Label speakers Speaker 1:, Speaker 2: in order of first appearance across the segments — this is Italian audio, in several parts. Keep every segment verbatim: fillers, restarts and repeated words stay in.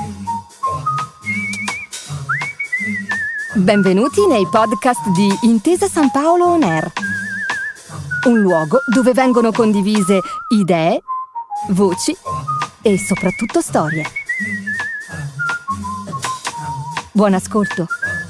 Speaker 1: Benvenuti nei podcast di Intesa San Paolo On Air, un luogo dove vengono condivise idee, voci e soprattutto storie. Buon ascolto.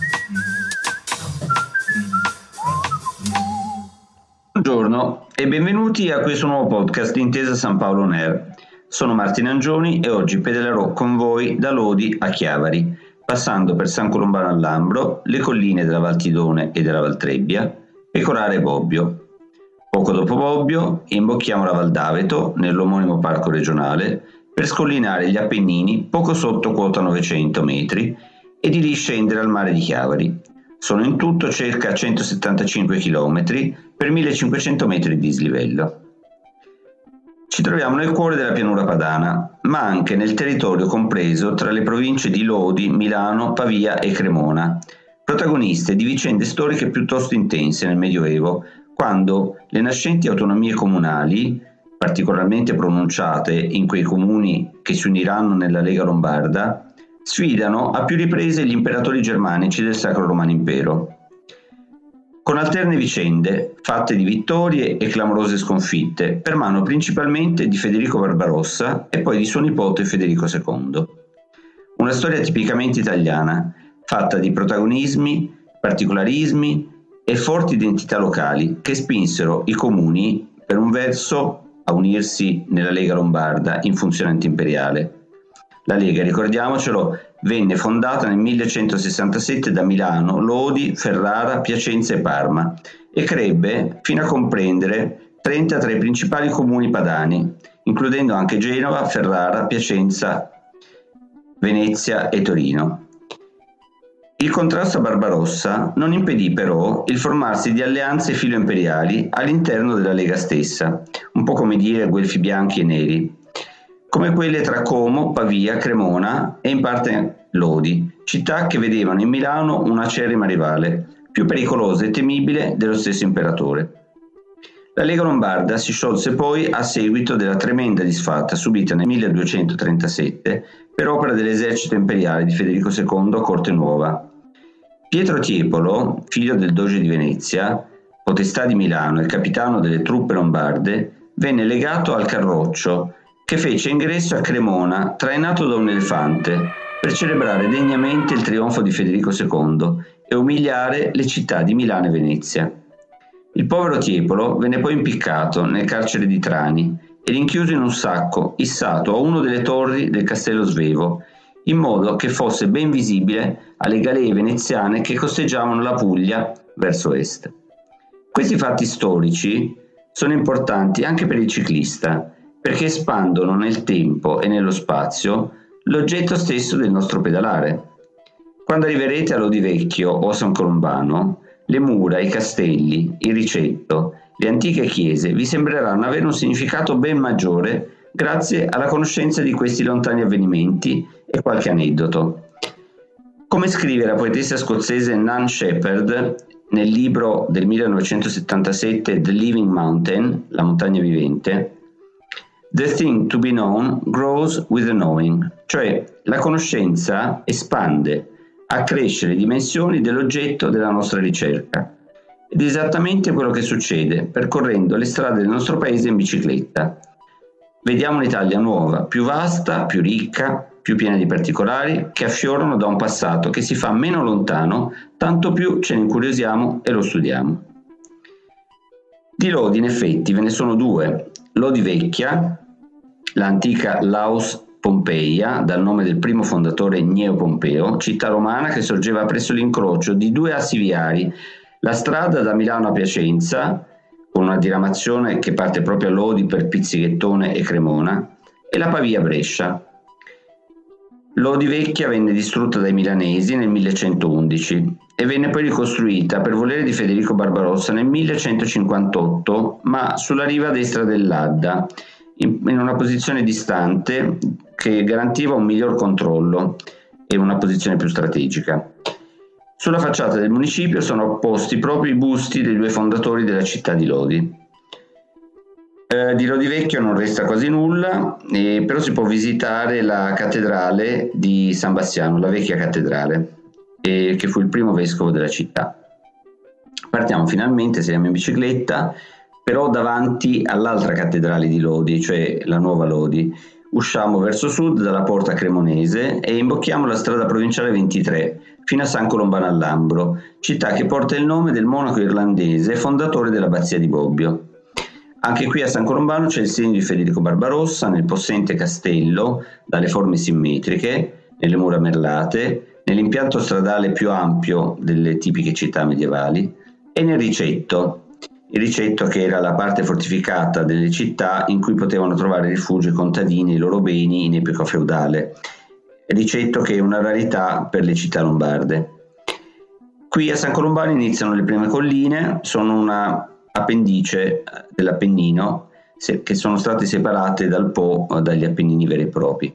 Speaker 2: Buongiorno e benvenuti a questo nuovo podcast di Intesa San Paolo On Air. Sono Martino Angioni e oggi pedalerò con voi da Lodi a Chiavari, passando per San Colombano al Lambro, le colline della Val Tidone e della Val Trebbia, Pecoraro e Bobbio. Poco dopo Bobbio imbocchiamo la Val d'Aveto nell'omonimo parco regionale per scollinare gli Appennini poco sotto quota novecento metri e di lì scendere al mare di Chiavari. Sono in tutto circa centosettantacinque chilometri per millecinquecento metri di dislivello. Ci troviamo nel cuore della pianura padana, ma anche nel territorio compreso tra le province di Lodi, Milano, Pavia e Cremona, protagoniste di vicende storiche piuttosto intense nel Medioevo, quando le nascenti autonomie comunali, particolarmente pronunciate in quei comuni che si uniranno nella Lega Lombarda, sfidano a più riprese gli imperatori germanici del Sacro Romano Impero, con alterne vicende fatte di vittorie e clamorose sconfitte, per mano principalmente di Federico Barbarossa e poi di suo nipote Federico secondo. Una storia tipicamente italiana, fatta di protagonismi, particolarismi e forti identità locali che spinsero i comuni, per un verso, a unirsi nella Lega Lombarda in funzione antiimperiale. La Lega, ricordiamocelo, venne fondata nel millecentosessantasette da Milano, Lodi, Ferrara, Piacenza e Parma e crebbe fino a comprendere trenta tra i principali comuni padani, includendo anche Genova, Ferrara, Piacenza, Venezia e Torino. Il contrasto a Barbarossa non impedì però il formarsi di alleanze filoimperiali all'interno della Lega stessa, un po' come dire guelfi bianchi e neri, come quelle tra Como, Pavia, Cremona e in parte Lodi, città che vedevano in Milano una acerrima rivale, più pericolosa e temibile dello stesso imperatore. La Lega Lombarda si sciolse poi a seguito della tremenda disfatta subita nel milleduecentotrentasette per opera dell'esercito imperiale di Federico secondo a Corte Nuova. Pietro Tiepolo, figlio del doge di Venezia, potestà di Milano e capitano delle truppe lombarde, venne legato al Carroccio, che fece ingresso a Cremona trainato da un elefante per celebrare degnamente il trionfo di Federico secondo e umiliare le città di Milano e Venezia. Il povero Tiepolo venne poi impiccato nel carcere di Trani e rinchiuso in un sacco issato a una delle torri del castello Svevo, in modo che fosse ben visibile alle galee veneziane che costeggiavano la Puglia verso est. Questi fatti storici sono importanti anche per il ciclista, perché espandono nel tempo e nello spazio l'oggetto stesso del nostro pedalare. Quando arriverete a Lodi Vecchio o a San Colombano, le mura, i castelli, il ricetto, le antiche chiese vi sembreranno avere un significato ben maggiore grazie alla conoscenza di questi lontani avvenimenti e qualche aneddoto. Come scrive la poetessa scozzese Nan Shepherd nel libro del millenovecentosettantasette The Living Mountain, La montagna vivente, "The thing to be known grows with the knowing", cioè la conoscenza espande, accresce le dimensioni dell'oggetto della nostra ricerca. Ed è esattamente quello che succede percorrendo le strade del nostro paese in bicicletta. Vediamo un'Italia nuova, più vasta, più ricca, più piena di particolari, che affiorano da un passato che si fa meno lontano, tanto più ce ne incuriosiamo e lo studiamo. Di Lodi, in effetti, ve ne sono due. Lodi Vecchia, l'antica Laus Pompeia, dal nome del primo fondatore Gneo Pompeo, città romana che sorgeva presso l'incrocio di due assi viari, la strada da Milano a Piacenza, con una diramazione che parte proprio a Lodi per Pizzighettone e Cremona, e la Pavia-Brescia. Lodi Vecchia venne distrutta dai milanesi nel millecentoundici e venne poi ricostruita per volere di Federico Barbarossa nel millecentocinquantotto, ma sulla riva destra dell'Adda, in una posizione distante che garantiva un miglior controllo e una posizione più strategica. Sulla facciata del municipio sono apposti proprio i busti dei due fondatori della città di Lodi. Eh, Eh, di Lodi Vecchio non resta quasi nulla, eh, però si può visitare la cattedrale di San Bastiano, la vecchia cattedrale, eh, che fu il primo vescovo della città. Partiamo finalmente, saliamo in bicicletta, però davanti all'altra cattedrale di Lodi, cioè la nuova Lodi. Usciamo verso sud dalla porta cremonese e imbocchiamo la strada provinciale ventitré fino a San Colombano al Lambro, città che porta il nome del monaco irlandese fondatore dell'abbazia di Bobbio. Anche qui a San Colombano c'è il segno di Federico Barbarossa nel possente castello dalle forme simmetriche, nelle mura merlate, nell'impianto stradale più ampio delle tipiche città medievali e nel ricetto. Il ricetto che era la parte fortificata delle città in cui potevano trovare rifugio i contadini e i loro beni in epoca feudale. Ricetto che è una rarità per le città lombarde. Qui a San Colombano iniziano le prime colline, sono una appendice dell'Appennino che sono state separate dal Po dagli Appennini veri e propri.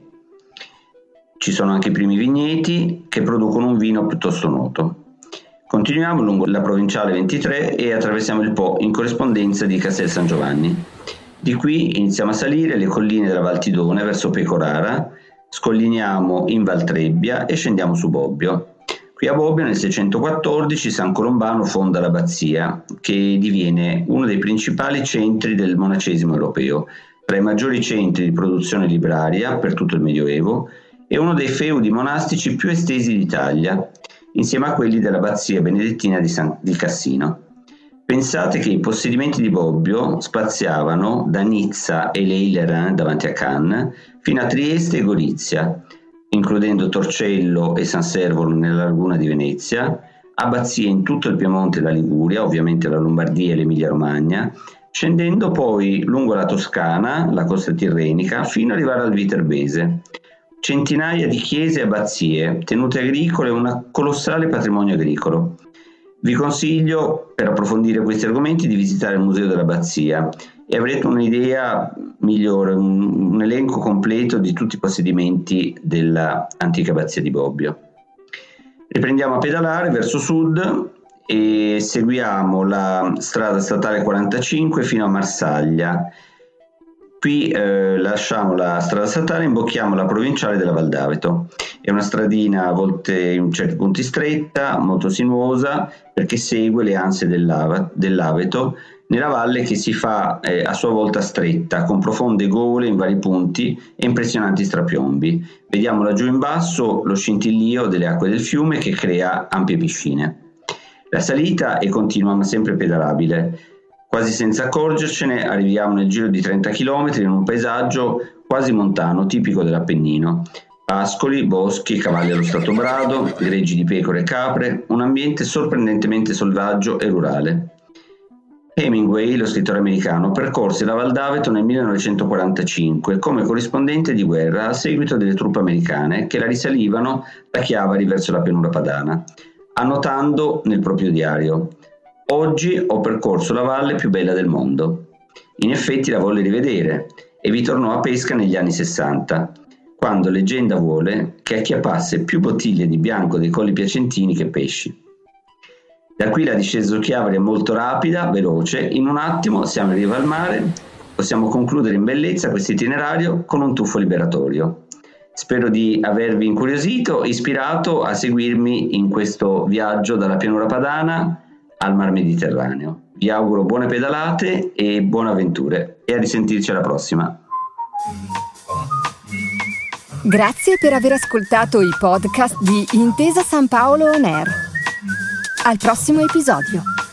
Speaker 2: Ci sono anche i primi vigneti che producono un vino piuttosto noto. Continuiamo lungo la provinciale ventitré e attraversiamo il Po in corrispondenza di Castel San Giovanni. Di qui iniziamo a salire le colline della Val Tidone verso Pecorara, scolliniamo in Val Trebbia e scendiamo su Bobbio. Qui a Bobbio nel seicentoquattordici San Colombano fonda l'abbazia, che diviene uno dei principali centri del monacesimo europeo, tra i maggiori centri di produzione libraria per tutto il Medioevo e uno dei feudi monastici più estesi d'Italia, insieme a quelli dell'abbazia benedettina di, San, di Cassino. Pensate che i possedimenti di Bobbio spaziavano da Nizza e l'Eilerin davanti a Cannes fino a Trieste e Gorizia, includendo Torcello e San Servolo nella laguna di Venezia, abbazie in tutto il Piemonte e la Liguria, ovviamente la Lombardia e l'Emilia Romagna, scendendo poi lungo la Toscana, la costa tirrenica, fino ad arrivare al Viterbese. Centinaia di chiese e abbazie, tenute agricole e un colossale patrimonio agricolo. Vi consiglio, per approfondire questi argomenti, di visitare il Museo dell'Abbazia e avrete un'idea migliore, un, un elenco completo di tutti i possedimenti dell'antica abbazia di Bobbio. Riprendiamo a pedalare verso sud e seguiamo la strada statale quarantacinque fino a Marsaglia. Qui eh, lasciamo la strada statale e imbocchiamo la provinciale della Val d'Aveto. È una stradina a volte in certi punti stretta, molto sinuosa, perché segue le anse dell'Ave- dell'Aveto nella valle che si fa eh, a sua volta stretta, con profonde gole in vari punti e impressionanti strapiombi. Vediamo laggiù in basso lo scintillio delle acque del fiume che crea ampie piscine. La salita è continua ma sempre pedalabile. Quasi senza accorgercene arriviamo nel giro di trenta chilometri in un paesaggio quasi montano tipico dell'Appennino. Pascoli, boschi, cavalli allo stato brado, greggi di pecore e capre, un ambiente sorprendentemente selvaggio e rurale. Hemingway, lo scrittore americano, percorse la Val d'Aveto nel millenovecentoquarantacinque come corrispondente di guerra a seguito delle truppe americane che la risalivano da Chiavari verso la pianura padana, annotando nel proprio diario: «Oggi ho percorso la valle più bella del mondo». In effetti la volle rivedere e vi tornò a pesca negli anni sessanta, quando leggenda vuole che acchiappasse più bottiglie di bianco dei Colli Piacentini che pesci. Da qui la discesa su Chiavari è molto rapida, veloce, in un attimo siamo in riva al mare, possiamo concludere in bellezza questo itinerario con un tuffo liberatorio. Spero di avervi incuriosito, ispirato a seguirmi in questo viaggio dalla pianura padana al Mar Mediterraneo. Vi auguro buone pedalate e buone avventure e a risentirci alla prossima.
Speaker 1: Grazie per aver ascoltato i podcast di Intesa San Paolo On Air. Al prossimo episodio.